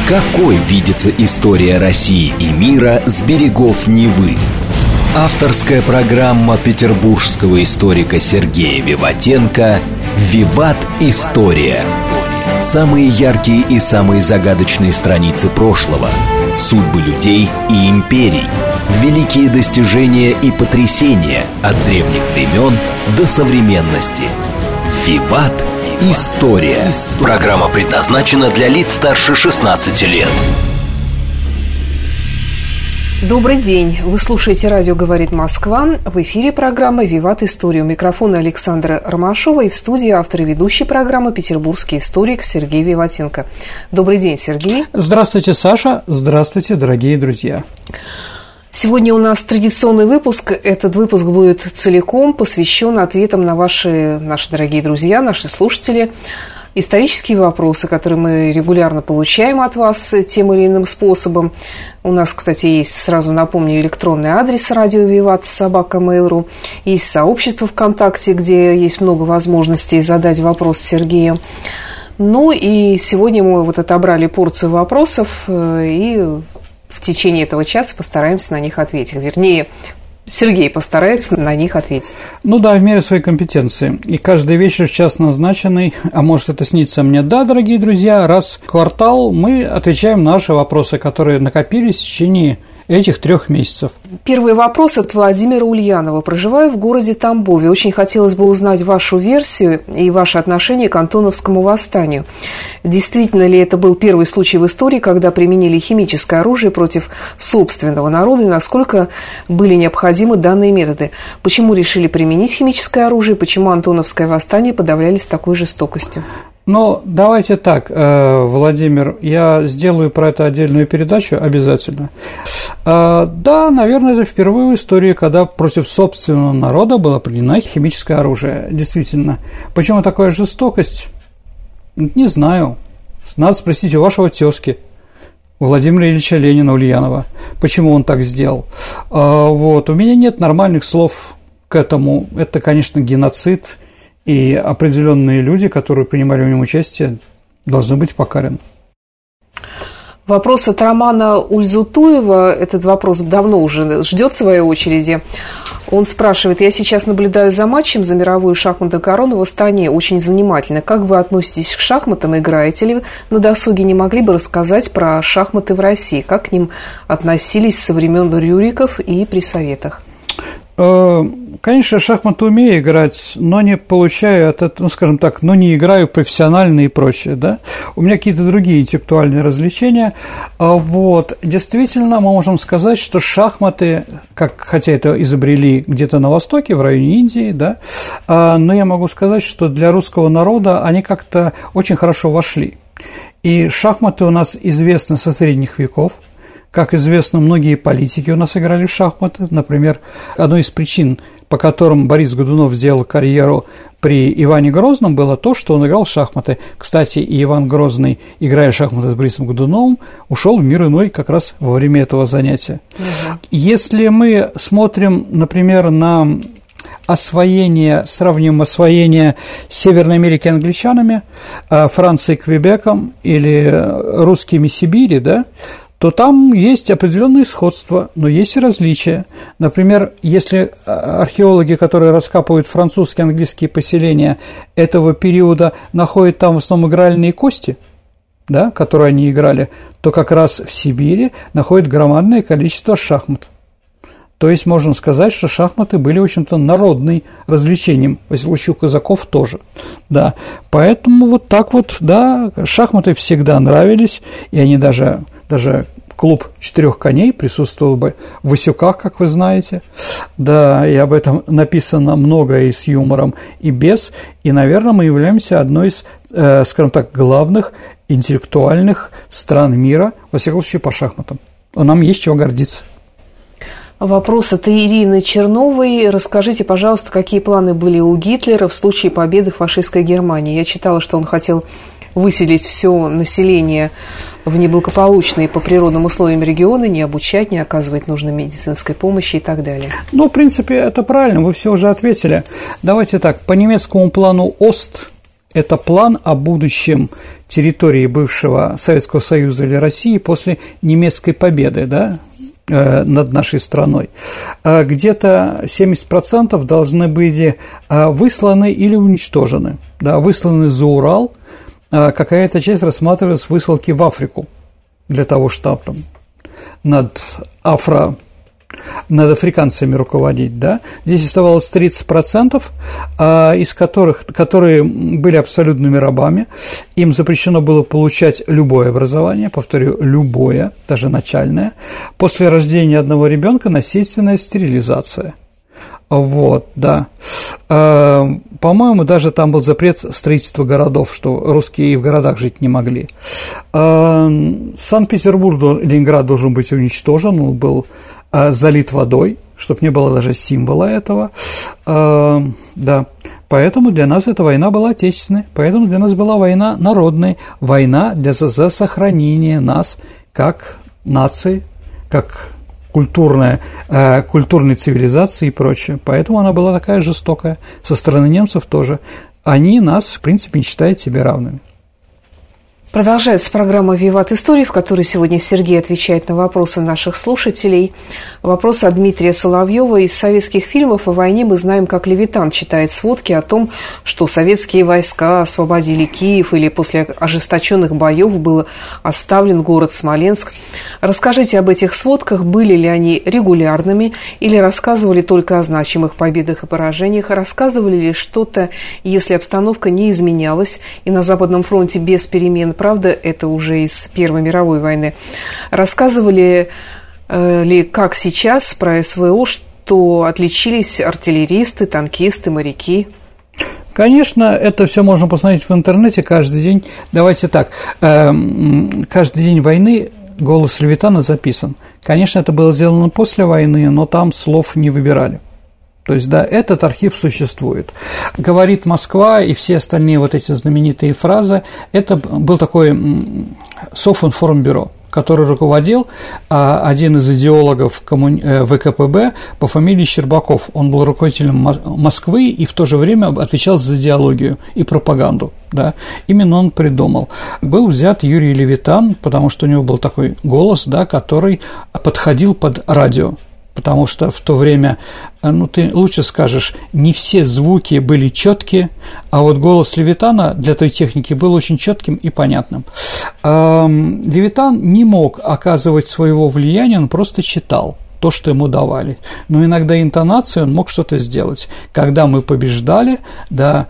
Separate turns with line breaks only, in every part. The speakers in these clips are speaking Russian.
Какой видится история России и мира с берегов Невы? Авторская программа петербургского историка Сергея Виватенко «Виват. История». Самые яркие и самые загадочные страницы прошлого, судьбы людей и империй, великие достижения и потрясения от древних времен до современности. «Виват. История». Программа предназначена для лиц старше 16 лет.
Добрый день. Вы слушаете «Радио говорит Москва». В эфире программа «Виват. История». У микрофона Александра Ромашова и в студии автор и ведущий программы петербургский историк Сергей Виватенко. Добрый день, Сергей.
Здравствуйте, Саша. Здравствуйте, дорогие друзья.
Сегодня у нас традиционный выпуск. Этот выпуск будет целиком посвящен ответам на наши дорогие друзья, наши слушатели, исторические вопросы, которые мы регулярно получаем от вас тем или иным способом. У нас, кстати, есть, сразу напомню, электронный адрес радио @vivat@mail.ru. Есть сообщество ВКонтакте, где есть много возможностей задать вопрос Сергею. Ну и сегодня мы отобрали порцию вопросов и в течение этого часа постараемся на них ответить. Вернее, Сергей постарается на них ответить.
Ну да, в мере своей компетенции. И каждый вечер в час назначенный, а может это снится мне, да, дорогие друзья, раз в квартал мы отвечаем на наши вопросы, которые накопились в течение этих 3 месяцев.
Первый вопрос от Владимира Ульянова. Проживаю в городе Тамбове. Очень хотелось бы узнать вашу версию и ваше отношение к Антоновскому восстанию. Действительно ли это был первый случай в истории, когда применили химическое оружие против собственного народа, и насколько были необходимы данные методы? Почему решили применить химическое оружие? Почему Антоновское восстание подавляли с такой жестокостью?
Ну, давайте так, Владимир, я сделаю про это отдельную передачу обязательно. Да, наверное, это впервые в истории, когда против собственного народа было применено химическое оружие. Действительно. Почему такая жестокость? Не знаю. Надо спросить у вашего тезки, Владимира Ильича Ленина Ульянова, почему он так сделал. У меня нет нормальных слов к этому. Это, конечно, геноцид. И определенные люди, которые принимали в нем участие, должны быть покарены.
Вопрос от Романа Ульзутуева. Этот вопрос давно уже ждет своей очереди. Он спрашивает: я сейчас наблюдаю за матчем за мировую шахматную корону в Астане. Очень занимательно. Как вы относитесь к шахматам? Играете ли на досуге? Не могли бы рассказать про шахматы в России? Как к ним относились со времен Рюриков и при советах?
Конечно, шахматы умею играть, но не получаю от этого, не играю профессионально и прочее, да. У меня какие-то другие интеллектуальные развлечения. Действительно, мы можем сказать, что шахматы, хотя это изобрели где-то на Востоке, в районе Индии, да, но я могу сказать, что для русского народа они как-то очень хорошо вошли. И шахматы у нас известны со средних веков. Как известно, многие политики у нас играли в шахматы. Например, одной из причин, по которым Борис Годунов сделал карьеру при Иване Грозном, было то, что он играл в шахматы. Кстати, и Иван Грозный, играя в шахматы с Борисом Годуновым, ушел в мир иной как раз во время этого занятия. Если мы смотрим, например, на сравним освоение Северной Америки англичанами, Францией Квебеком или русскими Сибири, да, то там есть определенные сходства, но есть и различия. Например, если археологи, которые раскапывают французские, английские поселения этого периода, находят там в основном игральные кости, да, которые они играли, то как раз в Сибири находят громадное количество шахмат. То есть можно сказать, что шахматы были, в общем-то, народным развлечением, во всяком случае, у казаков тоже, да. Поэтому шахматы всегда нравились, и они даже клуб 4 коней присутствовал бы в Васюках, как вы знаете, да, и об этом написано много и с юмором, и без, и, наверное, мы являемся одной из, главных интеллектуальных стран мира, во всяком случае, по шахматам. Нам есть чего гордиться.
Вопрос от Ирины Черновой. Расскажите, пожалуйста, какие планы были у Гитлера в случае победы фашистской Германии? Я читала, что он хотел выселить все население в неблагополучные по природным условиям регионы, не обучать, не оказывать нужной медицинской помощи и так далее.
Ну, в принципе, это правильно, вы все уже ответили. Давайте так, по немецкому плану ОСТ Это план о будущем территории бывшего Советского Союза или России после немецкой победы, да, над нашей страной. Где-то 70% должны были высланы или уничтожены. Да, высланы за Урал, какая-то часть рассматривалась высылки в Африку для того, чтобы там над африканцами руководить, да. Здесь оставалось 30%, из которых, которые были абсолютными рабами, им запрещено было получать любое образование, повторю, любое, даже начальное, после рождения одного ребенка насильственная стерилизация. Вот, да. По-моему, даже там был запрет строительства городов, что русские и в городах жить не могли. Санкт-Петербург, Ленинград должен быть уничтожен, он был залит водой, чтобы не было даже символа этого, да, поэтому для нас эта война была отечественной, поэтому для нас была война народной, война за сохранение нас как нации, как культурной цивилизации и прочее, поэтому она была такая жестокая, со стороны немцев тоже, они нас, в принципе, не считают себе равными.
Продолжается программа «Виват. История», в которой сегодня Сергей отвечает на вопросы наших слушателей. Вопрос от Дмитрия Соловьева. Из советских фильмов о войне мы знаем, как Левитан читает сводки о том, что советские войска освободили Киев или после ожесточенных боев был оставлен город Смоленск. Расскажите об этих сводках, были ли они регулярными или рассказывали только о значимых победах и поражениях, рассказывали ли что-то, если обстановка не изменялась и на Западном фронте без перемен. Правда, это уже из Первой мировой войны. Рассказывали ли, как сейчас, про СВО, что отличились артиллеристы, танкисты, моряки?
Конечно, это все можно посмотреть в интернете каждый день. Давайте так, каждый день войны голос Левитана записан. Конечно, это было сделано после войны, но там слов не выбирали. То есть, да, этот архив существует. «Говорит Москва» и все остальные вот эти знаменитые фразы, это был такой Софинформбюро, который руководил один из идеологов ВКПБ по фамилии Щербаков. Он был руководителем Москвы и в то же время отвечал за идеологию и пропаганду. Да. Именно он придумал. Был взят Юрий Левитан, потому что у него был такой голос, да, который подходил под радио. Потому что в то время, ну, ты лучше скажешь, не все звуки были четкие, а вот голос Левитана для той техники был очень четким и понятным. Левитан не мог оказывать своего влияния, он просто читал то, что ему давали. Но иногда интонацией он мог что-то сделать. Когда мы побеждали, то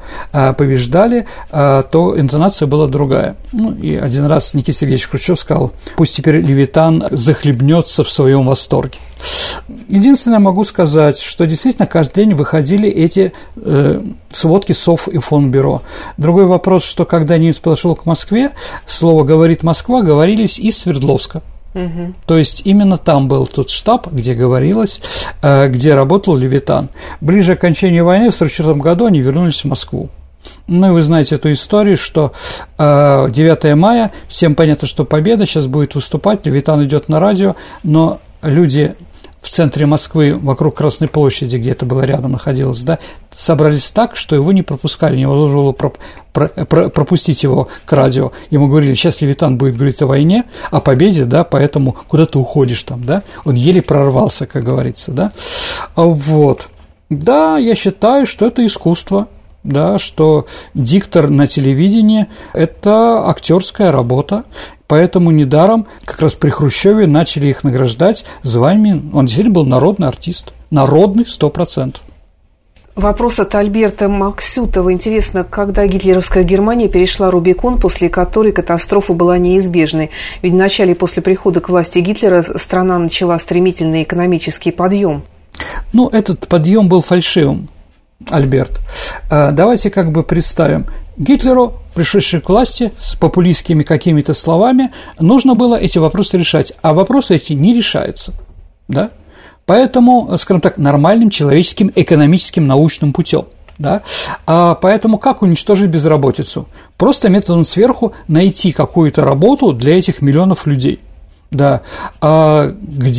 интонация была другая. Ну, и один раз Никита Сергеевич Хрущев сказал: пусть теперь Левитан захлебнется в своем восторге. Единственное, могу сказать, что действительно каждый день выходили эти сводки Софинформбюро. Другой вопрос, что когда немец подошел к Москве, слово «говорит Москва» говорились из Свердловска. Угу. То есть именно там был тот штаб, где говорилось, где работал Левитан. Ближе к окончанию войны в 1944 году они вернулись в Москву. Ну и вы знаете эту историю, что 9 мая, всем понятно, что победа, сейчас будет выступать, Левитан идет на радио, но люди в центре Москвы, вокруг Красной площади, где это было рядом находилось, да, собрались так, что его не пропускали, невозможно было пропустить его к радио. Ему говорили: сейчас Левитан будет говорить о войне, о победе, да, поэтому куда ты уходишь там, да, он еле прорвался, как говорится, да, вот. Да, я считаю, что это искусство, да, что диктор на телевидении – это актерская работа. Поэтому недаром как раз при Хрущеве начали их награждать званиями. Он действительно был народный артист. Народный 100%.
Вопрос от Альберта Максютова. Интересно, когда гитлеровская Германия перешла Рубикон, после которой катастрофа была неизбежной? Ведь вначале после прихода к власти Гитлера страна начала стремительный экономический подъем.
Ну, этот подъем был фальшивым, Альберт. Давайте как бы представим. Гитлеру, пришедший к власти с популистскими какими-то словами, нужно было эти вопросы решать, а вопросы эти не решаются, да? Поэтому, скажем так, нормальным человеческим, экономическим, научным путем, да? Поэтому как уничтожить безработицу? Просто методом сверху найти какую-то работу для этих миллионов людей, да? Где?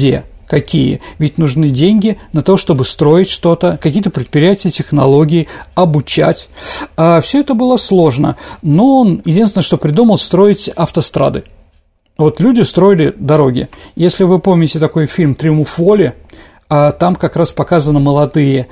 Какие? Ведь нужны деньги на то, чтобы строить что-то, какие-то предприятия, технологии, обучать. Все это было сложно, но он единственное, что придумал, строить автострады. Вот люди строили дороги. Если вы помните такой фильм «Триумф воли», там как раз показаны молодые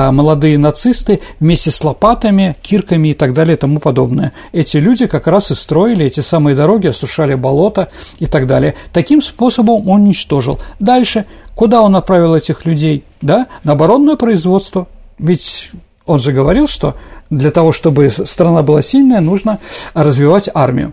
нацисты вместе с лопатами, кирками и так далее и тому подобное. Эти люди как раз и строили эти самые дороги, осушали болота и так далее. Таким способом он уничтожил. Дальше, куда он направил этих людей? Да? На оборонное производство. Ведь он же говорил, что для того, чтобы страна была сильная, нужно развивать армию.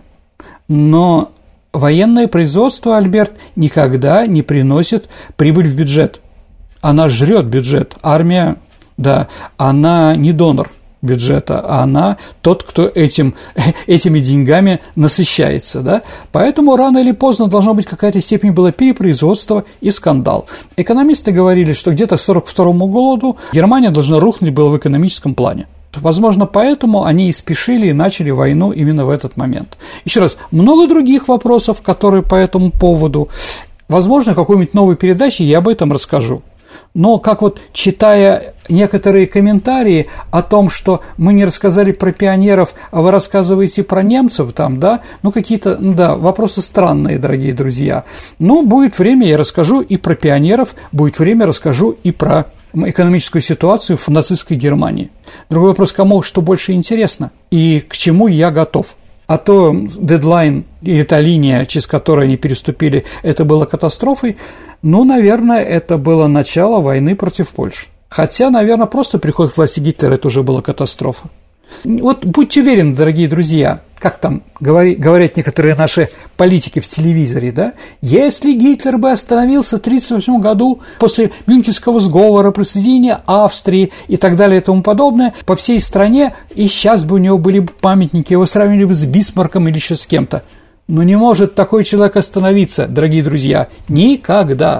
Но военное производство, Альберт, никогда не приносит прибыль в бюджет. Она жрет бюджет. Армия, да, она не донор бюджета, а она тот, кто этими деньгами насыщается, да. Поэтому рано или поздно должна быть какая-то степень было перепроизводства и скандал. Экономисты говорили, что где-то к 1942 году Германия должна рухнуть была в экономическом плане. Возможно, поэтому они и спешили и начали войну именно в этот момент. Еще раз, много других вопросов, которые по этому поводу. Возможно, в какой-нибудь новой передаче я об этом расскажу. Но как вот читая некоторые комментарии о том, что мы не рассказали про пионеров, а вы рассказываете про немцев там, да, какие-то, вопросы странные, дорогие друзья. Но будет время, я расскажу и про пионеров, будет время, расскажу и про экономическую ситуацию в нацистской Германии. Другой вопрос, кому что больше интересно и к чему я готов. А то дедлайн или та линия, через которую они переступили, это было катастрофой, наверное, это было начало войны против Польши. Хотя, наверное, просто приход к власти Гитлера – это уже была катастрофа. Вот будьте уверены, дорогие друзья, как там говорят некоторые наши политики в телевизоре, да, если Гитлер бы остановился в 1938 году после Мюнхенского сговора, присоединения Австрии и так далее и тому подобное, по всей стране, и сейчас бы у него были памятники, его сравнили бы с Бисмарком или еще с кем-то. Но не может такой человек остановиться, дорогие друзья, никогда.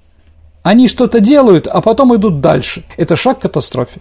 Они что-то делают, а потом идут дальше. Это шаг к катастрофе.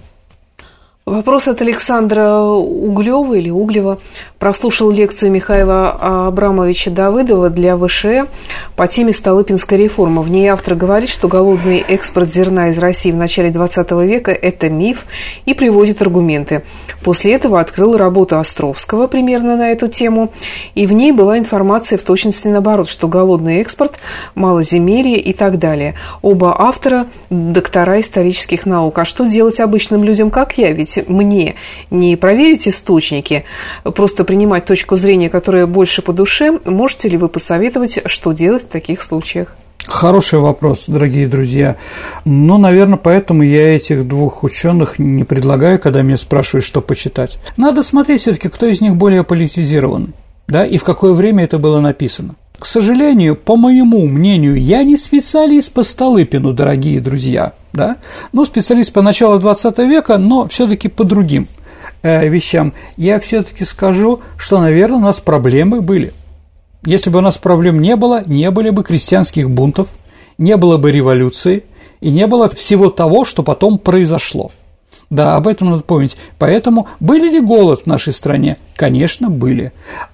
Вопрос от Александра Углева или Углева. Прослушал лекцию Михаила Абрамовича Давыдова для ВШЭ по теме «Столыпинская реформа». В ней автор говорит, что голодный экспорт зерна из России в начале XX века – это миф, и приводит аргументы. После этого открыл работу Островского примерно на эту тему, и в ней была информация в точности наоборот, что голодный экспорт, малоземелье и так далее. Оба автора – доктора исторических наук. А что делать обычным людям, как я? Ведь мне не проверить источники, просто принимать точку зрения, которая больше по душе. Можете ли вы посоветовать, что делать в таких случаях?
Хороший вопрос, дорогие друзья. Наверное, поэтому я этих двух ученых не предлагаю, когда меня спрашивают, что почитать. Надо смотреть все-таки, кто из них более политизирован, да, и в какое время это было написано. К сожалению, по моему мнению, я не специалист по Столыпину, дорогие друзья, да, специалист по началу XX века, но все-таки по другим вещам. Я все-таки скажу, что, наверное, у нас проблемы были. Если бы у нас проблем не было, не было бы крестьянских бунтов, не было бы революции и не было всего того, что потом произошло. Да, об этом надо помнить. Поэтому были ли голод в нашей стране? Конечно, были.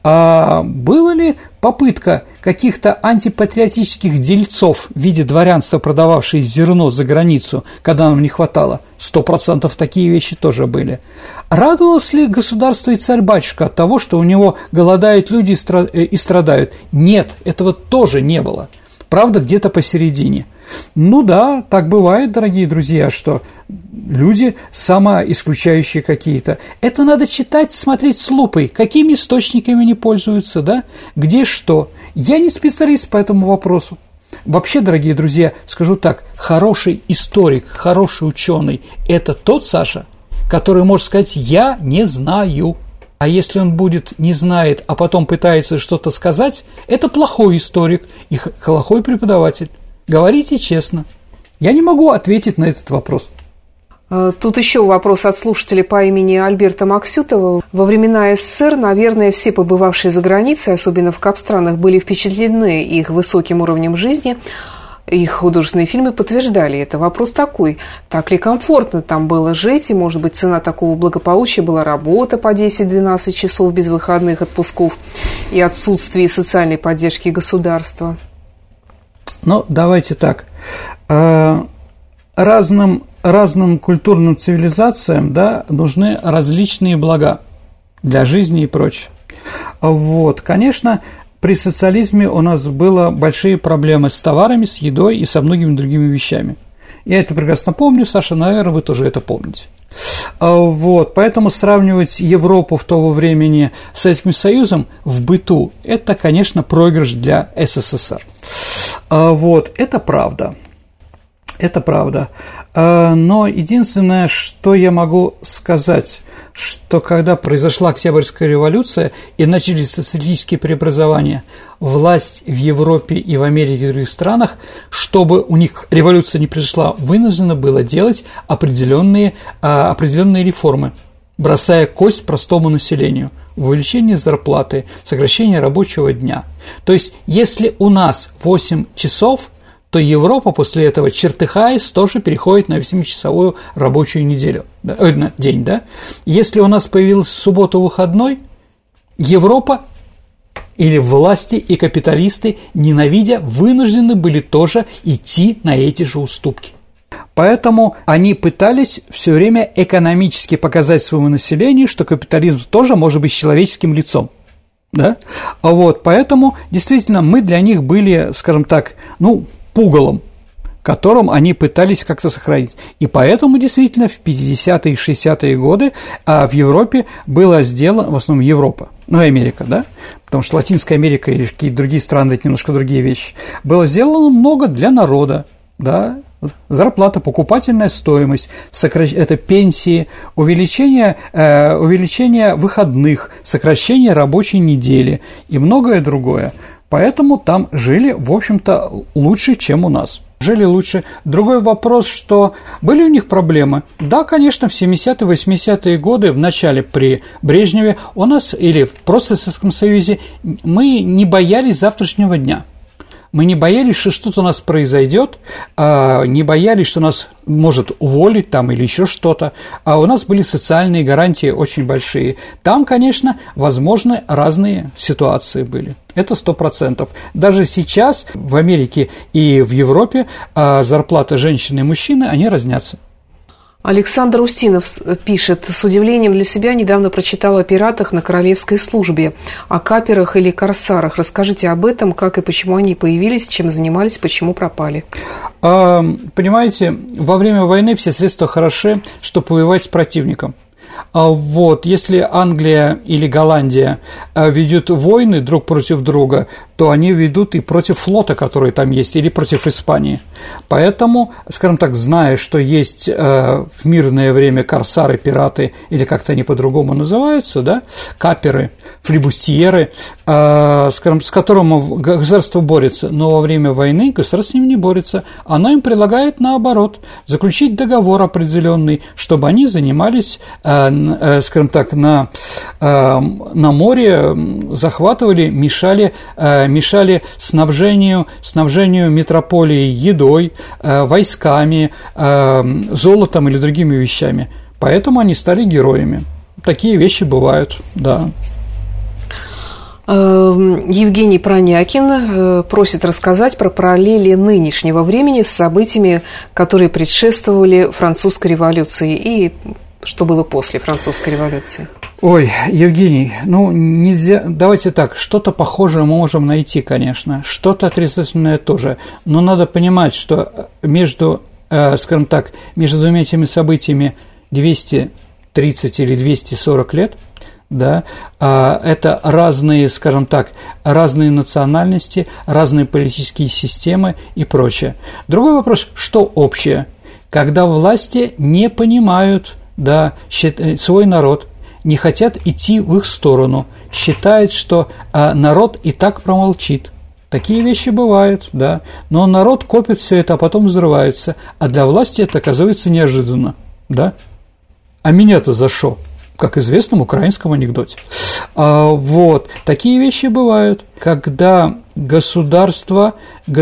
А была ли попытка каких-то антипатриотических дельцов в виде дворянства, продававших зерно за границу, когда нам не хватало? 100% такие вещи тоже были. Радовалось ли государство и царь-батюшка от того, что у него голодают люди и страдают? Нет, этого тоже не было. Правда, где-то посередине. Да, так бывает, дорогие друзья, что люди самоисключающие какие-то. Это надо читать, смотреть с лупой, какими источниками они пользуются, да, где что. Я не специалист по этому вопросу. Вообще, дорогие друзья, скажу так, хороший историк, хороший ученый – это тот, Саша, который может сказать «я не знаю». А если он не знает, а потом пытается что-то сказать, это плохой историк и плохой преподаватель. Говорите честно. Я не могу ответить на этот вопрос.
Тут еще вопрос от слушателя по имени Альберта Максютова. Во времена СССР, наверное, все побывавшие за границей, особенно в капстранах, были впечатлены их высоким уровнем жизни. Их художественные фильмы подтверждали это. Вопрос такой, так ли комфортно там было жить, и, может быть, цена такого благополучия была работа по 10-12 часов без выходных отпусков и отсутствие социальной поддержки государства?
Ну, давайте так. Разным культурным цивилизациям, да, нужны различные блага для жизни и прочее. Вот, конечно, при социализме у нас были большие проблемы с товарами, с едой и со многими другими вещами. Я это прекрасно помню, Саша, наверное, вы тоже это помните. Вот, поэтому сравнивать Европу в того времени с Советским Союзом в быту – это, конечно, проигрыш для СССР. Вот, это правда. Это правда. Но единственное, что я могу сказать, что когда произошла Октябрьская революция и начались социалистические преобразования, власть в Европе и в Америке и в других странах, чтобы у них революция не произошла, вынуждено было делать определенные реформы, бросая кость простому населению, увеличение зарплаты, сокращение рабочего дня. То есть, если у нас 8 часов, то Европа после этого, чертыхаясь, тоже переходит на 8-часовую рабочую неделю, день, да? Если у нас появился суббота выходной, Европа или власти и капиталисты, ненавидя, вынуждены были тоже идти на эти же уступки. Поэтому они пытались все время экономически показать своему населению, что капитализм тоже может быть человеческим лицом. Да? Вот, поэтому действительно мы для них были, скажем так, пугалом, которым они пытались как-то сохранить. И поэтому действительно в 50-е и 60-е годы в Европе было сделано, в основном Европа, и Америка, да, потому что Латинская Америка и какие-то другие страны – это немножко другие вещи, было сделано много для народа, да, зарплата, покупательная стоимость, это пенсии, увеличение выходных, сокращение рабочей недели и многое другое. Поэтому там жили, в общем-то, лучше, чем у нас. Жили лучше. Другой вопрос, что были у них проблемы? Да, конечно, в 70-е, 80-е годы, в начале при Брежневе у нас, или просто в Советском Союзе, мы не боялись завтрашнего дня. Мы не боялись, что что-то у нас произойдет, не боялись, что нас может уволить там или еще что-то, а у нас были социальные гарантии очень большие. Там, конечно, возможны разные ситуации были. Это 100%. Даже сейчас в Америке и в Европе зарплаты женщины и мужчины, они разнятся.
Александр Устинов пишет: с удивлением для себя недавно прочитал о пиратах на королевской службе, о каперах или корсарах. Расскажите об этом, как и почему они появились, чем занимались, почему пропали.
Понимаете, во время войны все средства хороши, чтобы воевать с противником. Вот, если Англия или Голландия ведут войны друг против друга, то они ведут и против флота, который там есть, или против Испании. Поэтому, скажем так, зная, что есть в мирное время корсары, пираты, или как-то они по-другому называются, да, каперы, флибустьеры, скажем, с которыми государство борется, но во время войны государство с ними не борется, оно им предлагает, наоборот, заключить договор определенный, чтобы они занимались, скажем так, на море, захватывали, мешали снабжению метрополии едой, войсками, золотом или другими вещами. Поэтому они стали героями. Такие вещи бывают, да.
Евгений Пронякин просит рассказать про параллели нынешнего времени с событиями, которые предшествовали французской революции и что было после французской революции.
Ой, Евгений, нельзя, давайте так, что-то похожее мы можем найти, конечно, что-то отрицательное тоже, но надо понимать, что между двумя этими событиями 230 или 240 лет, да, это разные, скажем так, разные национальности, разные политические системы и прочее. Другой вопрос, что общее? Когда власти не понимают, да, свой народ, не хотят идти в их сторону, считают, что народ и так промолчит. Такие вещи бывают, да, но народ копит все это, а потом взрывается, а для власти это оказывается неожиданно, да. А меня-то за что? как известном украинском анекдоте. Вот. Такие вещи бывают, когда государство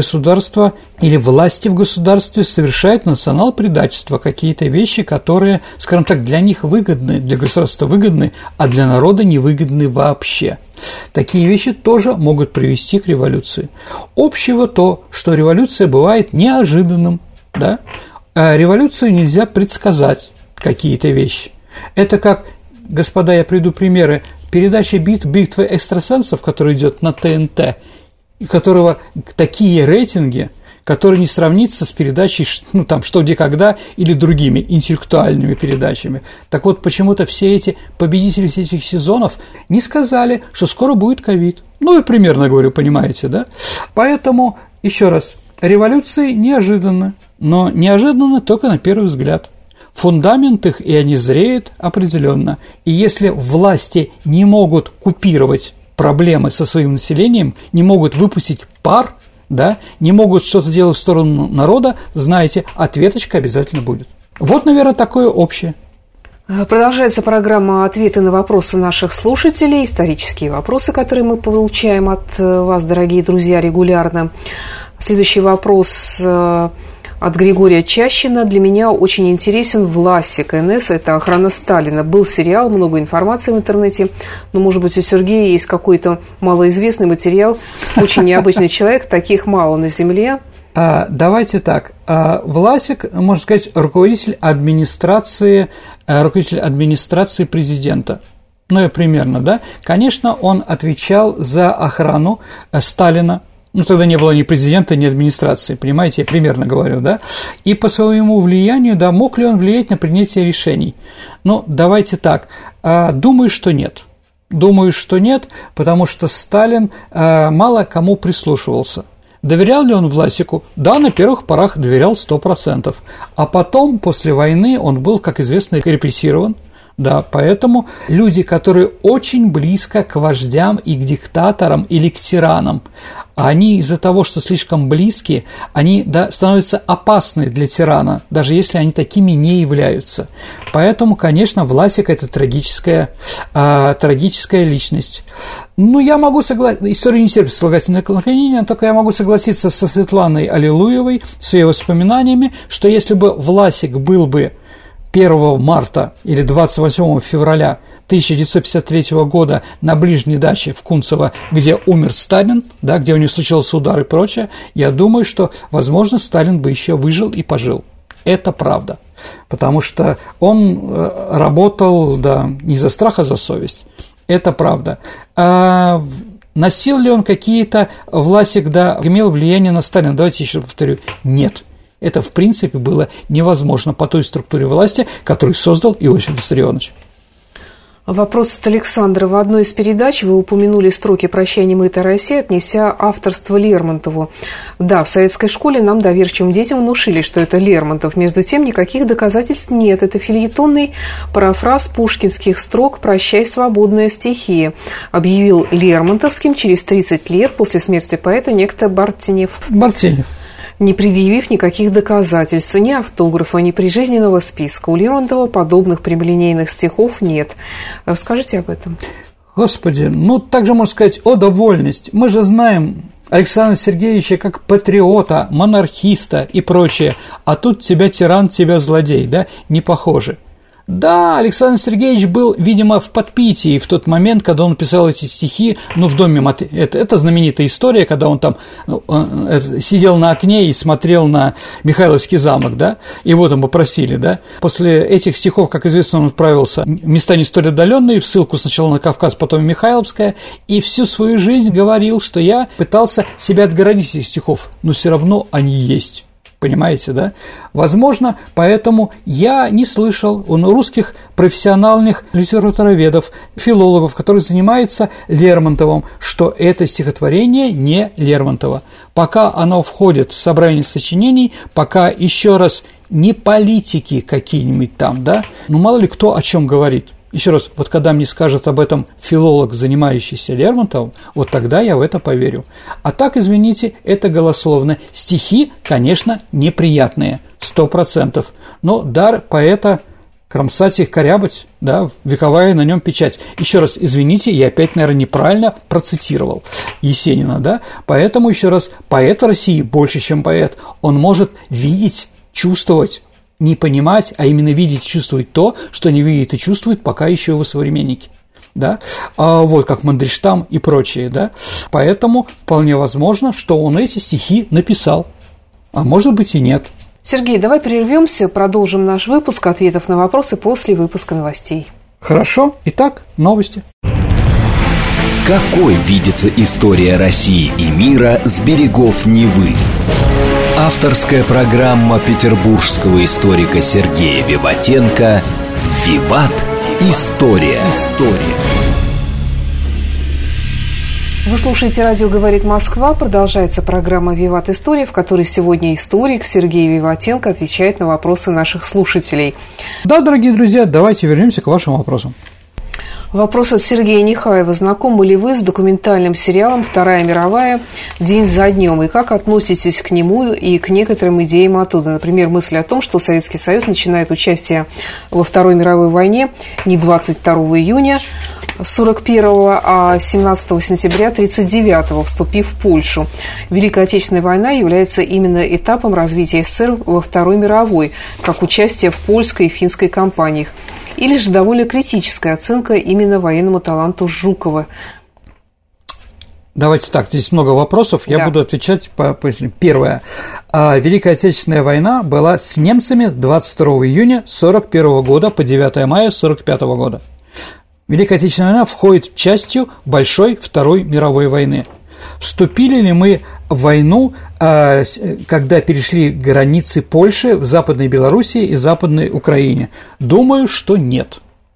или власти в государстве совершают национал-предательство, какие-то вещи, которые, скажем так, для них выгодны, для государства выгодны, а для народа невыгодны вообще. Такие вещи тоже могут привести к революции. Общего то, что революция бывает неожиданным, да? А революцию нельзя предсказать, какие-то вещи. Это как, господа, я приведу примеры, передача «Битва экстрасенсов», которая идет на ТНТ, у которого такие рейтинги, которые не сравнится с передачей «Что, где, когда» или другими интеллектуальными передачами. Так вот, почему-то все эти победители этих сезонов не сказали, что скоро будет ковид. Я примерно говорю, понимаете, да? Поэтому, еще раз, революции неожиданны, но неожиданны только на первый взгляд. Фундамент их, и они зреют определенно. И если власти не могут купировать проблемы со своим населением, не могут выпустить пар, да, не могут что-то делать в сторону народа, знаете, ответочка обязательно будет. Вот, наверное, такое общее.
Продолжается программа «Ответы на вопросы наших слушателей», исторические вопросы, которые мы получаем от вас, дорогие друзья, регулярно. Следующий вопрос от Григория Чащина. Для меня очень интересен «Власик НС». Это охрана Сталина. Был сериал, много информации в интернете. Но, может быть, у Сергея есть какой-то малоизвестный материал. Очень необычный человек, таких мало на Земле.
Давайте так. Власик, можно сказать, руководитель администрации президента. Примерно, да. Конечно, он отвечал за охрану Сталина. Тогда не было ни президента, ни администрации, понимаете, я примерно говорю, да? И по своему влиянию, да, мог ли он влиять на принятие решений? Давайте так, думаю, что нет. Думаю, что нет, потому что Сталин мало кому прислушивался. Доверял ли он Власику? Да, на первых порах доверял 100%. А потом, после войны, он был, как известно, репрессирован. Да, поэтому люди, которые очень близко к вождям и к диктаторам или к тиранам, они из-за того, что слишком близкие, они становятся опасны для тирана, даже если они такими не являются. Поэтому, конечно, Власик – это трагическая личность. Я могу согласиться, история не терпит слагательное наклонение, только я могу согласиться со Светланой Аллилуевой, с ее воспоминаниями, что если бы Власик был бы 1 марта или 28 февраля 1953 года на ближней даче в Кунцево, где умер Сталин, да, где у него случился удар и прочее, я думаю, что, возможно, Сталин бы еще выжил и пожил. Это правда, потому что он работал, да, не за страх, а за совесть. Это правда. Носил ли он какие-то, Власик, да, имел влияние на Сталина? Давайте еще повторю, нет. Это, в принципе, было невозможно по той структуре власти, которую создал Иосиф Виссарионович.
Вопрос от Александра. В одной из передач вы упомянули строки «Прощай, немытая Россия», отнеся авторство Лермонтову. Да, в советской школе нам, доверчивым детям, внушили, что это Лермонтов. Между тем, никаких доказательств нет. Это фельетонный парафраз пушкинских строк «Прощай, свободная стихия», объявил Лермонтовским через 30 лет после смерти поэта некто Бартенев. Не предъявив никаких доказательств, ни автографа, ни прижизненного списка. У Лермонтова подобных прямолинейных стихов нет. Расскажите об этом.
Господи, также можно сказать о довольность. Мы же знаем Александра Сергеевича как патриота, монархиста и прочее, а тут тебя тиран, тебя злодей, да, не похоже. Да, Александр Сергеевич был, видимо, в подпитии в тот момент, когда он писал эти стихи, в доме, это знаменитая история, когда он там сидел на окне и смотрел на Михайловский замок, да, его там попросили, да. После этих стихов, как известно, он отправился в места не столь отдаленные, в ссылку сначала на Кавказ, потом в Михайловское, и всю свою жизнь говорил, что я пытался себя отгородить от этих стихов, но все равно они есть. Понимаете, да? Возможно, поэтому я не слышал у русских профессиональных литературоведов, филологов, которые занимаются Лермонтовым, что это стихотворение не Лермонтова. Пока оно входит в собрание сочинений, пока, еще раз, не политики какие-нибудь там, да? Мало ли кто о чем говорит. Еще раз, вот когда мне скажет об этом филолог, занимающийся Лермонтовым, вот тогда я в это поверю. А так, извините, это голословно. Стихи, конечно, неприятные, 100%, но дар поэта кромсать их, корябать, да, вековая на нем печать. Еще раз, извините, я опять, наверное, неправильно процитировал Есенина, да, поэтому, еще раз, поэт в России больше, чем поэт, он может видеть, чувствовать, не понимать, а именно видеть, чувствовать то, что не видит и чувствует пока еще его современники. Да, вот как Мандельштам и прочие, да, поэтому вполне возможно, что он эти стихи написал, а может быть и нет.
Сергей, давай прервемся, продолжим наш выпуск ответов на вопросы после выпуска новостей.
Хорошо, итак, новости.
Какой видится история России и мира с берегов Невы? Авторская программа петербургского историка Сергея Виватенко «Виват. История».
Вы слушаете «Радио говорит Москва». Продолжается программа «Виват. История», в которой сегодня историк Сергей Виватенко отвечает на вопросы наших слушателей.
Да, дорогие друзья, давайте вернемся к вашим вопросам.
Вопрос от Сергея Нехаева. Знакомы ли вы с документальным сериалом «Вторая мировая. День за днем» и как относитесь к нему и к некоторым идеям оттуда? Например, мысль о том, что Советский Союз начинает участие во Второй мировой войне не 22 июня 41-го, а 17 сентября 1939-го, вступив в Польшу. Великая Отечественная война является именно этапом развития СССР во Второй мировой, как участие в польской и финской кампаниях. Или же довольно критическая оценка именно военному таланту Жукова.
Давайте так, здесь много вопросов, я буду отвечать по. Первое. Великая Отечественная война была с немцами 22 июня 1941 года по 9 мая 1945 года. Великая Отечественная война входит частью Большой Второй мировой войны. Вступили ли мы в войну, когда перешли границы Польши в Западной Белоруссии и Западной Украине? Думаю, что нет.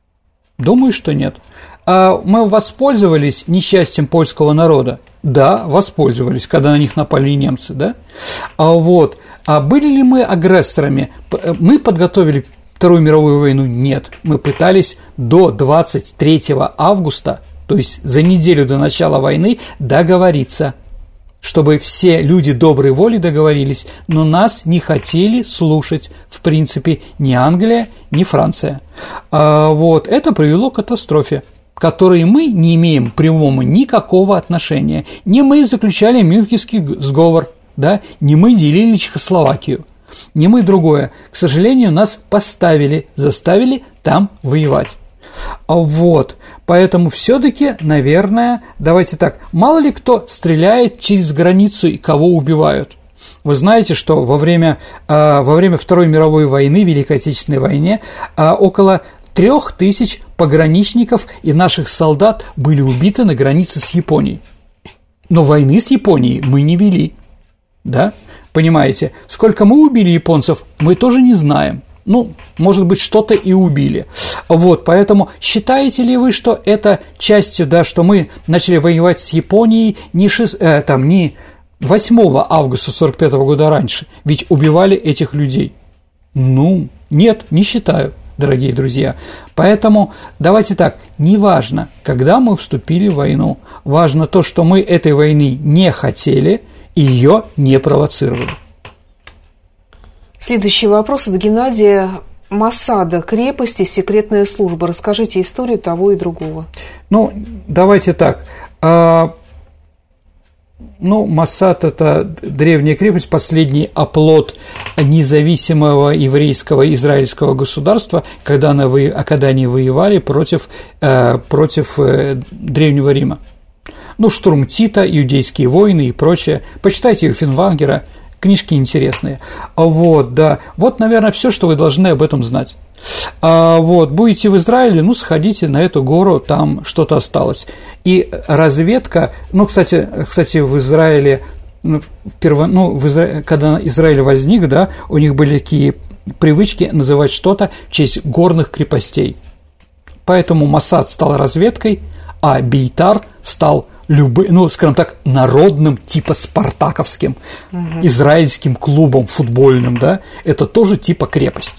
Мы воспользовались несчастьем польского народа? Да, воспользовались, когда на них напали немцы, да? А были ли мы агрессорами? Мы подготовили Вторую мировую войну? Нет. Мы пытались до 23 августа, то есть за неделю до начала войны, договориться, чтобы все люди доброй воли договорились, но нас не хотели слушать, в принципе, ни Англия, ни Франция. Это привело к катастрофе, к которой мы не имеем прямого никакого отношения. Не мы заключали Мюнхенский сговор, да? Не мы делили Чехословакию, не мы другое. К сожалению, нас заставили там воевать. Поэтому все-таки, наверное, давайте так, мало ли кто стреляет через границу и кого убивают. Вы знаете, что во время Второй мировой войны, Великой Отечественной войне, около 3000 пограничников и наших солдат были убиты на границе с Японией. Но войны с Японией мы не вели, да? Понимаете, сколько мы убили японцев, мы тоже не знаем. Может быть, что-то и убили. Поэтому считаете ли вы, что это частью, да, что мы начали воевать с Японией не 8 августа 1945 года раньше, ведь убивали этих людей? Нет, не считаю, дорогие друзья. Поэтому давайте так, неважно, когда мы вступили в войну, важно то, что мы этой войны не хотели и ее не провоцировали.
Следующий вопрос от Геннадия. Моссада, крепости, секретная служба. Расскажите историю того и другого.
Давайте так. Моссад – это древняя крепость, последний оплот независимого еврейского израильского государства, когда они воевали против Древнего Рима. Штурм Тита, иудейские войны и прочее. Почитайте Финвангера, книжки интересные. Наверное, все, что вы должны об этом знать. Будете в Израиле, сходите на эту гору, там что-то осталось. И разведка, кстати, в Израиле, когда Израиль возник, да, у них были такие привычки называть что-то в честь горных крепостей. Поэтому Моссад стал разведкой, а Бейтар стал народным, типа спартаковским, израильским клубом футбольным, да, это тоже типа крепость.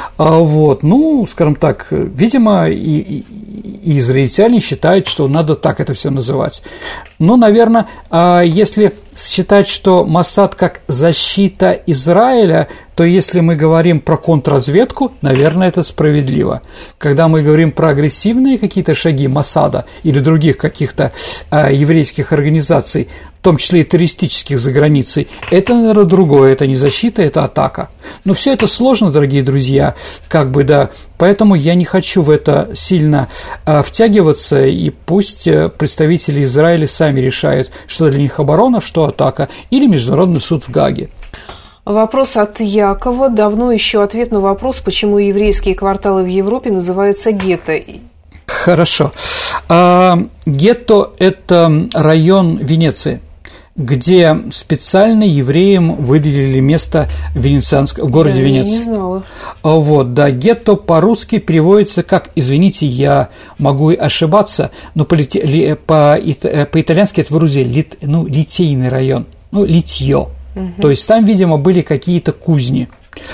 Видимо, и израильтяне считают, что надо так это все называть. Наверное, если считать, что Моссад как защита Израиля, то если мы говорим про контрразведку, наверное, это справедливо. Когда мы говорим про агрессивные какие-то шаги Моссада или других каких-то еврейских организаций, в том числе и террористических за границей, это, наверное, другое, это не защита, это атака. Но все это сложно, дорогие друзья, поэтому я не хочу в это сильно втягиваться, и пусть представители Израиля сами решают, что для них оборона, что атака, или Международный суд в Гааге.
Вопрос от Якова. Давно ищу ответ на вопрос, почему еврейские кварталы в Европе называются гетто.
Хорошо. Гетто – это район Венеции, где специально евреям выделили место в городе Венеции.
Я не знала.
Гетто по-русски переводится как, извините, я могу ошибаться, но по-итальянски это вроде литейный район, литье. То есть там, видимо, были какие-то кузни.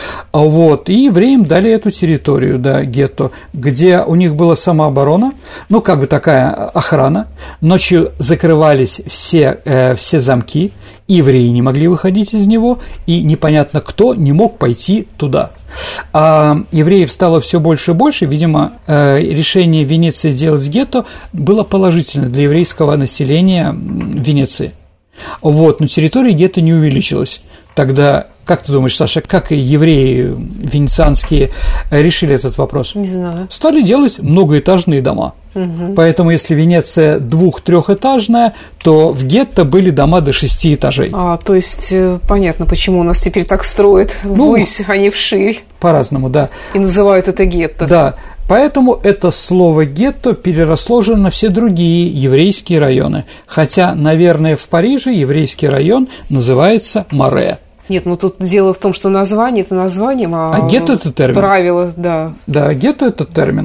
И евреям дали эту территорию, гетто, где у них была самооборона, такая охрана. Ночью закрывались все замки, евреи не могли выходить из него, и непонятно кто не мог пойти туда. А евреев стало все больше и больше, видимо, решение Венеции сделать гетто было положительно для еврейского населения Венеции. Но территория гетто не увеличилась. Тогда, как ты думаешь, Саша, как и евреи венецианские решили этот вопрос?
Не знаю.
Стали делать многоэтажные дома. Угу. Поэтому, если Венеция 2-3-этажная, то в гетто были дома до 6 этажей.
То есть понятно, почему у нас теперь так строят ввысь, а не вширь.
По-разному, да.
И называют это гетто.
Да. Поэтому это слово «гетто» переросло уже на все другие еврейские районы. Хотя, наверное, в Париже еврейский район называется Маре.
Нет, тут дело в том, что название – это названием, а
гетто – это термин.
Правило, да.
Да, гетто – это термин.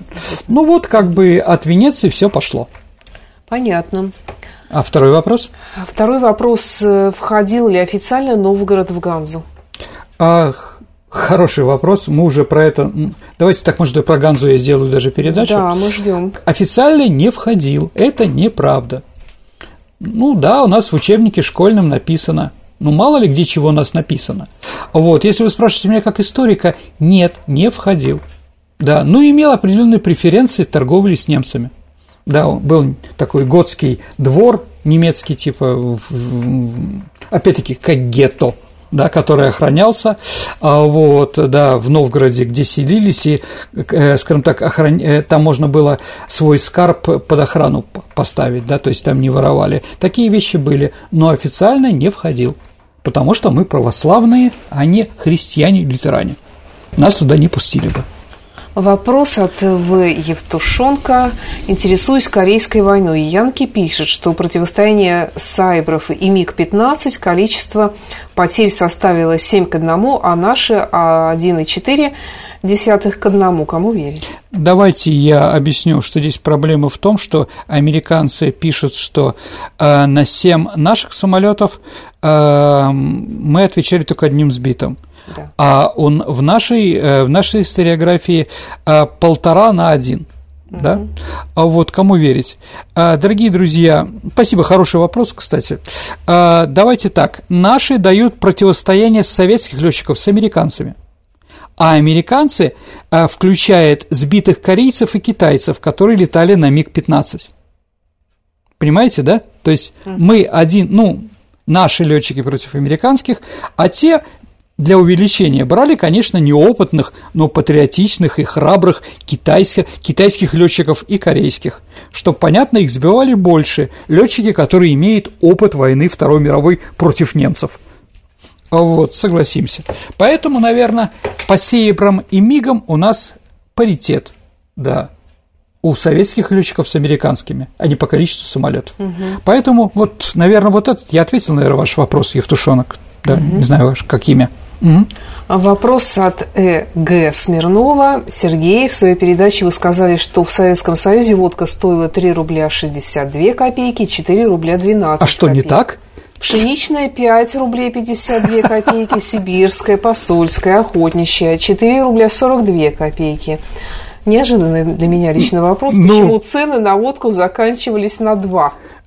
От Венеции все пошло.
Понятно.
А второй вопрос?
Второй вопрос. Входил ли официально Новгород в Ганзу?
Хороший вопрос, мы уже про это... Давайте так, может, и про Ганзу я сделаю даже передачу.
Да, мы ждем.
Официально не входил, это неправда. У нас в учебнике школьном написано. Мало ли где чего у нас написано. Если вы спрашиваете меня как историка, нет, не входил. Да, имел определенные преференции торговли с немцами. Да, был такой готский двор немецкий, опять-таки, как гетто, да, который охранялся, в Новгороде, где селились, и, скажем так, там можно было свой скарб под охрану поставить, да, то есть там не воровали. Такие вещи были, но официально не входил, потому что мы православные, а не христиане-лютеране. Нас туда не пустили бы.
Вопрос от В. Евтушенко. Интересуюсь Корейской войной. Янки пишет, что противостояние Сайбров и МиГ-15 количество потерь составило 7 к 1, а наши 1,4 к 1. Кому верить?
Давайте я объясню, что здесь проблема в том, что американцы пишут, что на 7 наших самолетов мы отвечали только одним сбитым. Да. А он в нашей историографии 1,5 на 1. Да? Кому верить? Дорогие друзья, спасибо, хороший вопрос, кстати. Давайте так. Наши дают противостояние советских летчиков с американцами. А американцы включают сбитых корейцев и китайцев, которые летали на МиГ-15. Понимаете, да? То есть мы наши летчики против американских, а те для увеличения брали, конечно, неопытных, но патриотичных и храбрых китайских летчиков и корейских. Чтобы, понятно, их сбивали больше летчики, которые имеют опыт войны Второй мировой против немцев. Согласимся. Поэтому, наверное, по Сейбрам и МиГам у нас паритет, да, у советских летчиков с американскими, а не по количеству самолетов. Поэтому, наверное, я ответил, наверное, ваш вопрос, Евтушенок. Да, не знаю, как имя.
Вопрос от Г. Смирнова. Сергей, в своей передаче вы сказали, что в Советском Союзе водка стоила 3 рубля 62 копейки, 4 рубля 12
А что,
копеек.
Не так?
Пшеничная 5 рублей 52 копейки, сибирская, посольская, охотничья 4 рубля 42 копейки. Неожиданный для меня лично вопрос, почему цены на водку заканчивались на 2?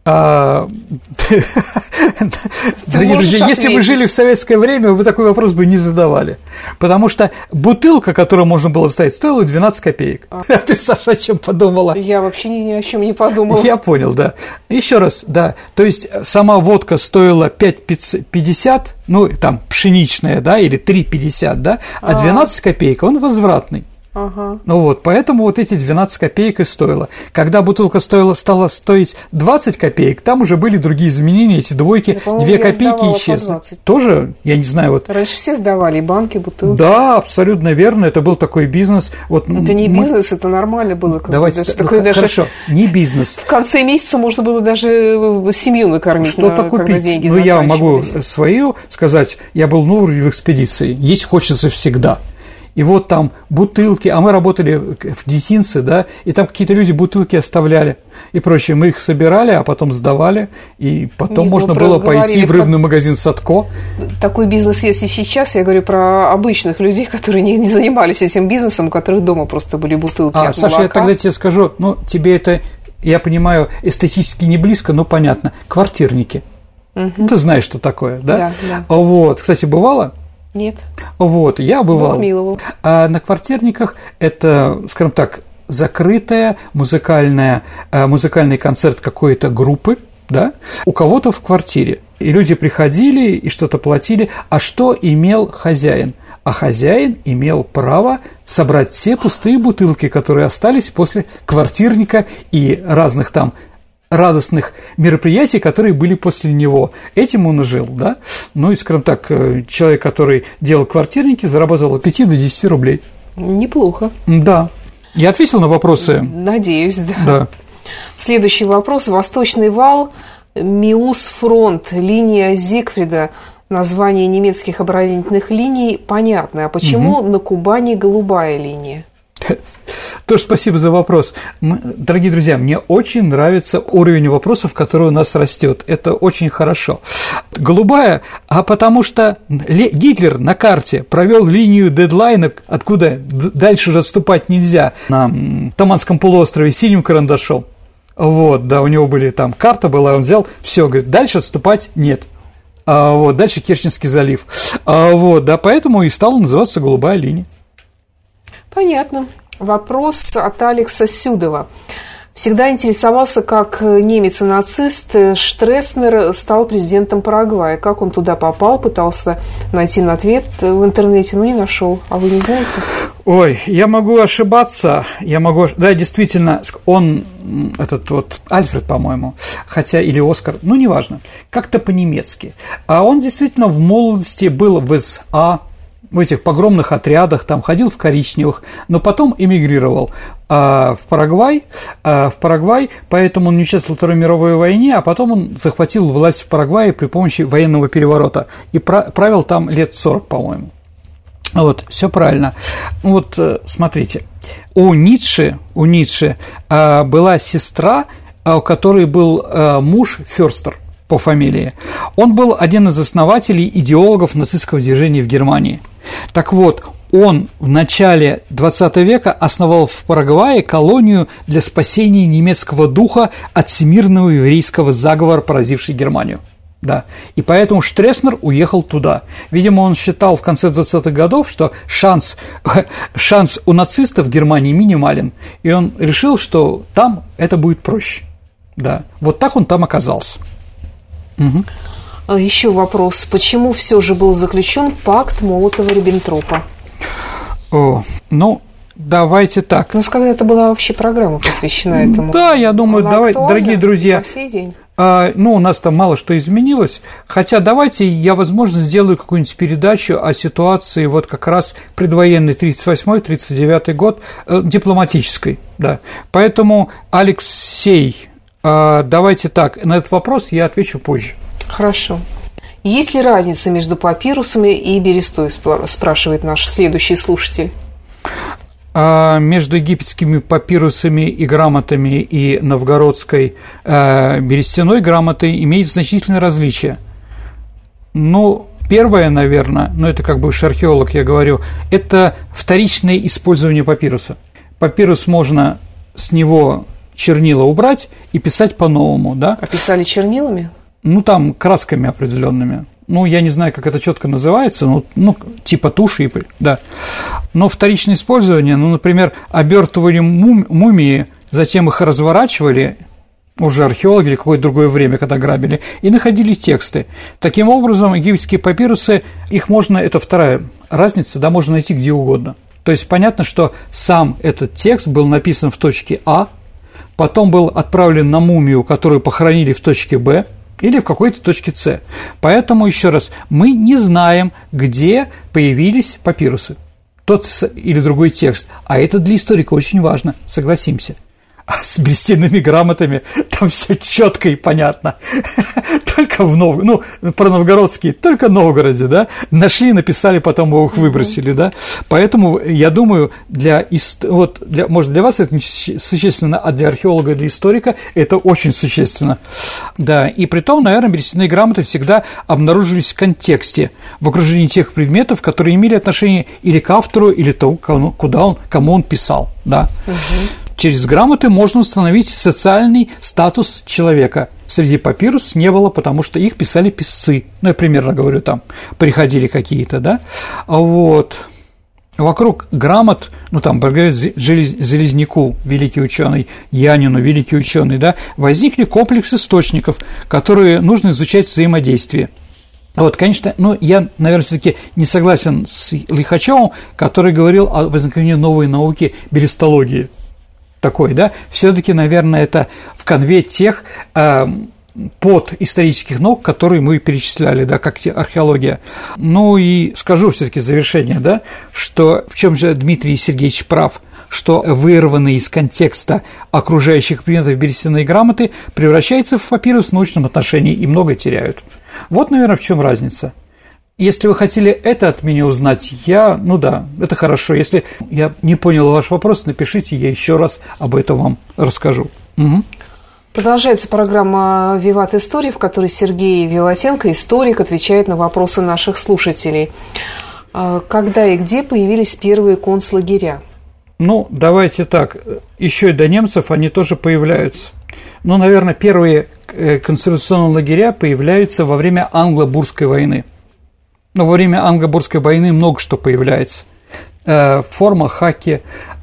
Дорогие друзья, если бы жили в советское время, вы такой вопрос бы не задавали. Потому что бутылка, которую можно было ставить, стоила 12 копеек. А ты, Саша, о чем подумала?
Я вообще ни о чем не подумала.
Я понял, да. Еще раз, да. То есть сама водка стоила 5,50, ну, там, пшеничная, да, или 3,50, да, а 12 копеек, он возвратный.
Ага.
Ну вот, поэтому вот эти 12 копеек и стоило. Когда бутылка стала стоить 20 копеек, там уже были другие изменения, эти двойки, 2 копейки исчезли. Тоже, я не знаю, вот…
Раньше все сдавали, и банки, бутылки.
Да, абсолютно верно, это был такой бизнес. Вот
это не бизнес, это нормально было.
Давайте, хорошо, не бизнес.
В конце месяца можно было даже семью накормить.
Что-то купить. Ну, я могу свою сказать, я был в экспедиции, есть хочется всегда. И вот там бутылки, а мы работали в детинце, да, и там какие-то люди бутылки оставляли и прочее. Мы их собирали, а потом сдавали, и потом можно было пойти в рыбный магазин «Садко».
Такой бизнес есть и сейчас. Я говорю про обычных людей, которые не занимались этим бизнесом, у которых дома просто были бутылки от
Саша,
молока. Я
тогда тебе скажу, ну, тебе это, я понимаю, эстетически не близко, но понятно. Квартирники. Угу. Ты знаешь, что такое, да?
Да, да.
Вот. Кстати, бывало?
Нет.
Вот, я бывал.
Бог миловал.
А на квартирниках это, скажем так, закрытый музыкальный концерт какой-то группы, да, у кого-то в квартире. И люди приходили и что-то платили. А что имел хозяин? А хозяин имел право собрать все пустые бутылки, которые остались после квартирника и разных там радостных мероприятий, которые были после него. Этим он и жил, да? Ну и, скажем так, человек, который делал квартирники, заработал от 5 до 10 рублей.
Неплохо.
Да. Я ответил на вопросы?
Надеюсь, да.
Да.
Следующий вопрос. Восточный вал, Миус-фронт, линия Зигфрида. Название немецких оборонительных линий понятно. А почему на Кубани голубая линия?
Тоже спасибо за вопрос. Дорогие друзья, мне очень нравится уровень вопросов, который у нас растет. Это очень хорошо. Голубая, а потому что Гитлер на карте провел линию дедлайна, откуда дальше уже отступать нельзя, на Таманском полуострове синим карандашом. Вот, да, у него были там карта была, он взял, все, говорит, дальше отступать нет. Вот, дальше Керченский залив. Вот, да, поэтому и стала называться голубая линия.
Понятно. Вопрос от Алекса Сюдова. Всегда интересовался, как немец и нацист Штреснер стал президентом Парагвая. Как он туда попал, пытался найти ответ в интернете, но не нашел. А вы не знаете?
Ой, я могу ошибаться, да, действительно, он, этот вот Альфред, по-моему, хотя, или Оскар, ну, неважно, как-то по-немецки. А он действительно в молодости был в СА, в этих погромных отрядах, там ходил в коричневых, но потом эмигрировал в Парагвай, поэтому он не участвовал в Второй мировой войне, а потом он захватил власть в Парагвае при помощи военного переворота и правил там лет 40, по-моему. Вот, все правильно. Вот, смотрите, у Ницше была сестра, у которой был муж Фёрстер по фамилии. Он был один из основателей, идеологов нацистского движения в Германии. Так вот, он в начале XX века основал в Парагвае колонию для спасения немецкого духа от всемирного еврейского заговора, поразивший Германию. Да. И поэтому Штреснер уехал туда. Видимо, он считал в конце 20-х годов, что шанс у нацистов в Германии минимален, и он решил, что там это будет проще. Да. Вот так он там оказался. Угу.
Еще вопрос. Почему все же был заключен пакт Молотова-Риббентропа?
Ну, давайте так.
У нас когда-то была вообще программа, посвящена этому.
Да, я думаю, давайте, дорогие друзья.
По сей день.
У нас там мало что изменилось, хотя давайте я, возможно, сделаю какую-нибудь передачу о ситуации вот как раз предвоенный 38-39 год, дипломатической, да. Поэтому, Алексей, давайте так, на этот вопрос я отвечу позже.
Хорошо. Есть ли разница между папирусами и берестой, спрашивает наш следующий слушатель.
Между египетскими папирусами и грамотами и новгородской берестяной грамотой имеет значительное различие. Ну, первое, наверное, это как бывший археолог я говорю, это вторичное использование папируса. Папирус можно с него чернила убрать и писать по-новому, да.
А писали чернилами?
Ну, там красками определенными. Ну, я не знаю, как это четко называется, ну, типа туши, да. Но вторичное использование, ну, например, обертывали мумии, затем их разворачивали, уже археологи или какое-то другое время, когда грабили, и находили тексты. Таким образом, египетские папирусы, их можно, это вторая разница, да, можно найти где угодно. То есть понятно, что сам этот текст был написан в точке А, потом был отправлен на мумию, которую похоронили в точке Б, или в какой-то точке С. Поэтому, еще раз, мы не знаем, где появились папирусы, тот или другой текст, а это для историка очень важно, согласимся. А с берестяными грамотами там все четко и понятно. Только про новгородские, только в Новгороде, да, нашли, написали, потом его их выбросили, да. Поэтому, я думаю, может, для вас это не существенно, а для археолога, для историка это очень существенно. Да, и притом, наверное, берестяные грамоты всегда обнаруживались в контексте, в окружении тех предметов, которые имели отношение или к автору, или тому, кому он писал, да. Через грамоты можно установить социальный статус человека. Среди папирусов не было, потому что их писали писцы. Ну, я примерно говорю, там приходили какие-то, да. Вот. Вокруг грамот, ну, там, Железняку, великий ученый, Янину, великий ученый, да, возникли комплекс источников, которые нужно изучать взаимодействие. Вот, конечно, я, наверное, все-таки не согласен с Лихачевым, который говорил о возникновении новой науки берестологии. Такой, да, все-таки, наверное, это в конве тех подисторических наук, которые мы перечисляли, да, как археология. Ну и скажу все-таки в завершение, да, что в чем же Дмитрий Сергеевич прав, что вырванные из контекста окружающих предметов берестяные грамоты превращаются в папирус в научном отношении и много теряют. Вот, наверное, в чем разница. Если вы хотели это от меня узнать, это хорошо. Если я не понял ваш вопрос, напишите, я еще раз об этом вам расскажу. Угу.
Продолжается программа «Виват. История», в которой Сергей Виватенко, историк, отвечает на вопросы наших слушателей. Когда и где появились первые концлагеря?
Ну, давайте так. Еще и до немцев они тоже появляются. Ну, наверное, первые концентрационные лагеря появляются во время Англо-Бурской войны. Но во время Англо-Бурской войны много что появляется. Форма хаки,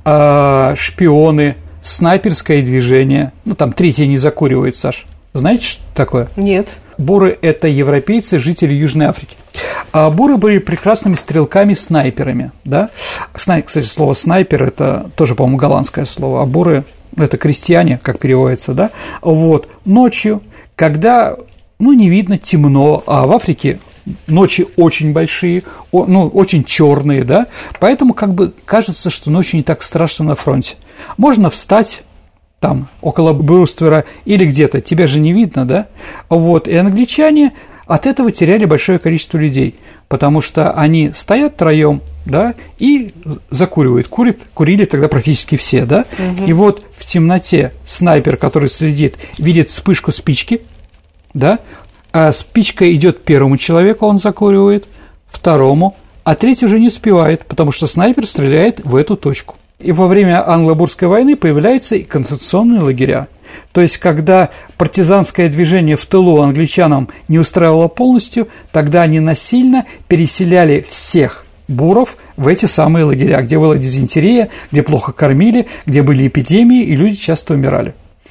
шпионы, снайперское движение. Ну, там третье не закуривает, Саш. Знаете, что такое?
Нет.
Буры – это европейцы, жители Южной Африки. А буры были прекрасными стрелками-снайперами. Да? Кстати, слово «снайпер» – это тоже, по-моему, голландское слово. А буры – это крестьяне, как переводится. Да? Вот. Ночью, когда не видно, темно, а в Африке ночи очень большие, очень черные, да, поэтому как бы кажется, что ночью не так страшно на фронте. Можно встать там около бруствера или где-то, тебя же не видно, да, вот, и англичане от этого теряли большое количество людей, потому что они стоят втроем, да, и закуривают, курили тогда практически все, да, и вот в темноте снайпер, который следит, видит вспышку спички, да, а спичка идет первому человеку, он закуривает, второму, а третий уже не успевает, потому что снайпер стреляет в эту точку. И во время Англо-Бурской войны появляются и концентрационные лагеря. То есть, когда партизанское движение в тылу англичанам не устраивало полностью, тогда они насильно переселяли всех буров в эти самые лагеря, где была дизентерия, где плохо кормили, где были эпидемии, и люди часто умирали.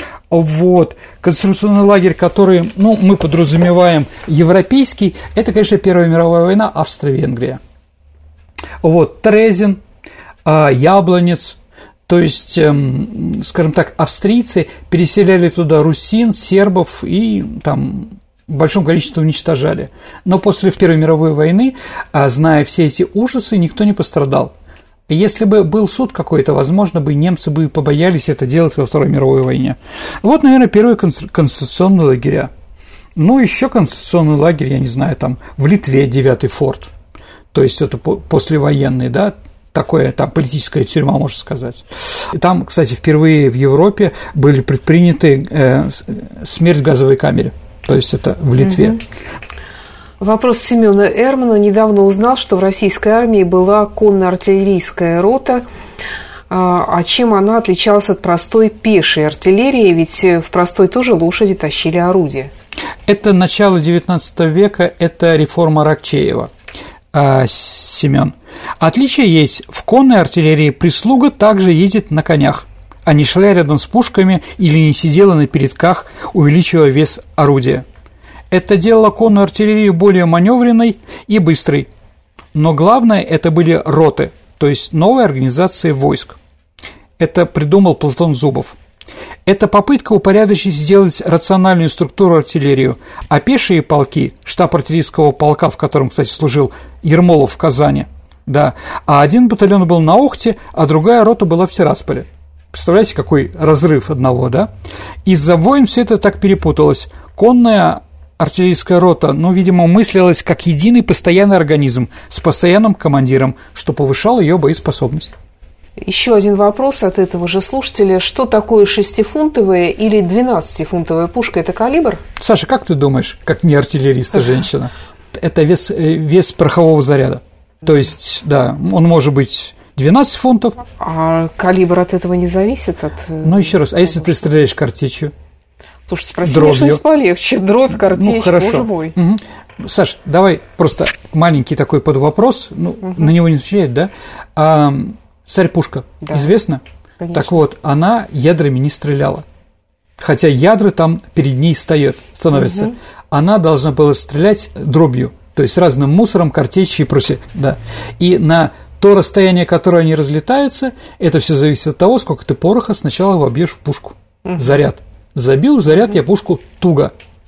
Вот. Концентрационный лагерь, который, мы подразумеваем европейский, это, конечно, Первая мировая война, Австро-Венгрия. Вот, Трезин, Яблонец, то есть, скажем так, австрийцы переселяли туда русин, сербов и там в большом количестве уничтожали. Но после Первой мировой войны, зная все эти ужасы, никто не пострадал. Если бы был суд какой-то, возможно, немцы бы побоялись это делать во Второй мировой войне. Вот, наверное, первые концентрационные лагеря. Еще концентрационный лагерь, я не знаю, там в Литве 9-й форт, то есть это послевоенный, да, такое там политическая тюрьма, можно сказать. И там, кстати, впервые в Европе были предприняты смерть в газовой камере, то есть это в Литве.
Вопрос Семёна Эрмана. Недавно узнал, что в российской армии была конно-артиллерийская рота. А чем она отличалась от простой пешей артиллерии? Ведь в простой тоже лошади тащили орудия.
Это начало XIX века, это реформа Рокчеева, Семен. Отличие есть. В конной артиллерии прислуга также ездит на конях, а не шла рядом с пушками или не сидела на передках, увеличивая вес орудия. Это делало конную артиллерию более маневренной и быстрой. Но главное, это были роты, то есть новая организация войск. Это придумал Платон Зубов. Это попытка упорядочить, сделать рациональную структуру артиллерию, а пешие полки, штаб артиллерийского полка, в котором, кстати, служил Ермолов в Казани, да, а один батальон был на Охте, а другая рота была в Тирасполе. Представляете, какой разрыв одного, да? Из-за войн все это так перепуталось. Конная артиллерийская рота, видимо, мыслилась как единый постоянный организм с постоянным командиром, что повышало ее боеспособность.
Еще один вопрос от этого же слушателя. Что такое 6-фунтовая или 12-фунтовая пушка? Это калибр?
Саша, как ты думаешь, как не артиллерист, женщина? Это вес порохового заряда. То есть, да, он может быть 12 фунтов.
А калибр от этого не зависит?
Еще раз, а если ты стреляешь картечью?
Слушай, спроси мне что-нибудь полегче. Дробь, картечь, боже мой.
Угу. Саш, давай просто маленький такой подвопрос, на него не отвечает, да? Царь-пушка, да, известно? Конечно. Так вот, она ядрами не стреляла, хотя ядра там перед ней становятся. Угу. Она должна была стрелять дробью, то есть разным мусором, картечью и прочее, да. И на то расстояние, которое они разлетаются, это все зависит от того, сколько ты пороха сначала вобьешь в пушку. Угу. Заряд. Забил заряд я пушку туго.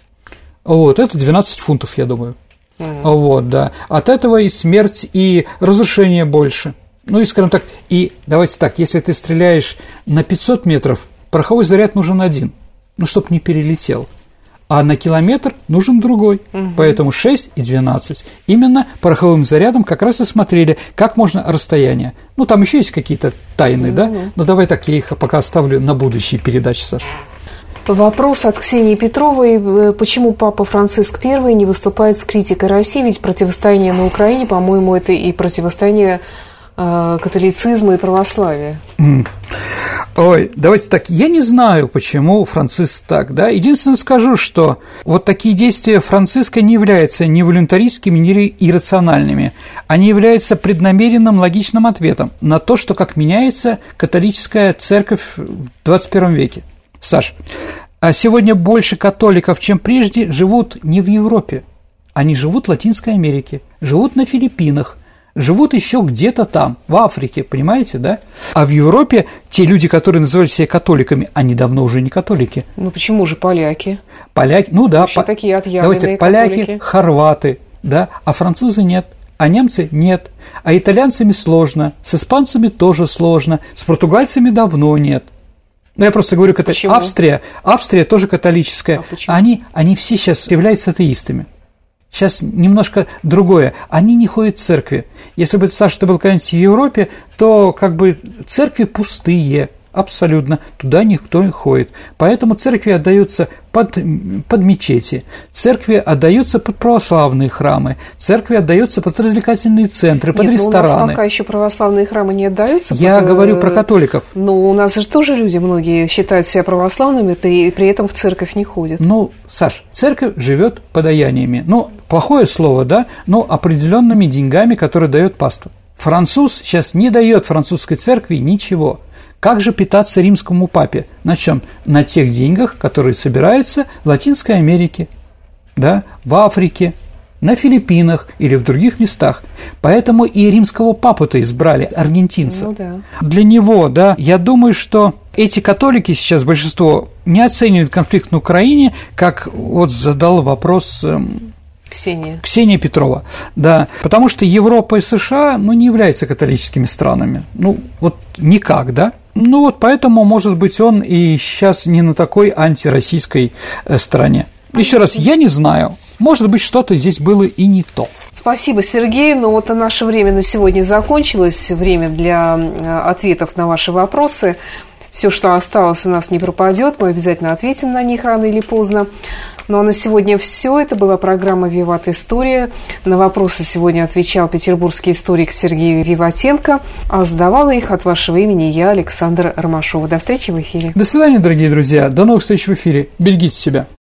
Вот, это 12 фунтов, я думаю. Вот, да. От этого и смерть, и разрушение больше. И, скажем так, и давайте так, если ты стреляешь на 500 метров, пороховой заряд нужен один, чтобы не перелетел. А на километр нужен другой. Угу. Поэтому 6 и 12. Именно пороховым зарядом как раз и смотрели, как можно расстояние. Там еще есть какие-то тайны, да? Но давай так, я их пока оставлю на будущие передачи, Саша.
Вопрос от Ксении Петровой. Почему Папа Франциск I не выступает с критикой России? Ведь противостояние на Украине, по-моему, это и противостояние католицизма и православия.
Ой, давайте так, я не знаю, почему Франциск так, да, единственное скажу, что вот такие действия Франциска не являются ни волюнтаристскими, ни иррациональными, они являются преднамеренным логичным ответом на то, что как меняется католическая церковь в 21 веке. Саш, а сегодня больше католиков, чем прежде, живут не в Европе, они живут в Латинской Америке, живут на Филиппинах, живут еще где-то там, в Африке, понимаете, да? А в Европе те люди, которые называли себя католиками, они давно уже не католики.
Почему же поляки?
Поляки,
такие отъявленные
давайте, поляки, хорваты, да, а французы нет, а немцы нет, а итальянцами сложно, с испанцами тоже сложно, с португальцами давно нет. Я просто говорю, Австрия тоже католическая, они все сейчас являются атеистами. Сейчас немножко другое. Они не ходят в церкви. Если бы, Саша, ты был когда-нибудь в Европе, то церкви пустые, абсолютно. Туда никто не ходит. Поэтому церкви отдаются под мечети, церкви отдаются под православные храмы, церкви отдаются под развлекательные центры, под рестораны.
У нас пока еще православные храмы не отдаются.
Я говорю про католиков.
Но у нас же тоже люди многие считают себя православными, при этом в церковь не ходят.
Саш, церковь живет подаяниями. Плохое слово, да, но определенными деньгами, которые дает паства. Француз сейчас не дает французской церкви ничего. Как же питаться римскому папе? На чем? На тех деньгах, которые собираются в Латинской Америке, да, в Африке, на Филиппинах или в других местах. Поэтому и римского папу-то избрали аргентинца.
Да.
Для него, да, я думаю, что эти католики сейчас, большинство, не оценивают конфликт на Украине, как задал вопрос Ксения Петрова, да, потому что Европа и США, не являются католическими странами, никак, да, поэтому, может быть, он и сейчас не на такой антироссийской стороне. Еще раз, я не знаю, может быть, что-то здесь было и не то.
Спасибо, Сергей, наше время на сегодня закончилось, время для ответов на ваши вопросы. Все, что осталось, у нас не пропадет, мы обязательно ответим на них рано или поздно. Ну а на сегодня все. Это была программа «Виват. История». На вопросы сегодня отвечал петербургский историк Сергей Виватенко, а задавала их от вашего имени я, Александра Ромашова. До встречи в эфире.
До свидания, дорогие друзья. До новых встреч в эфире. Берегите себя.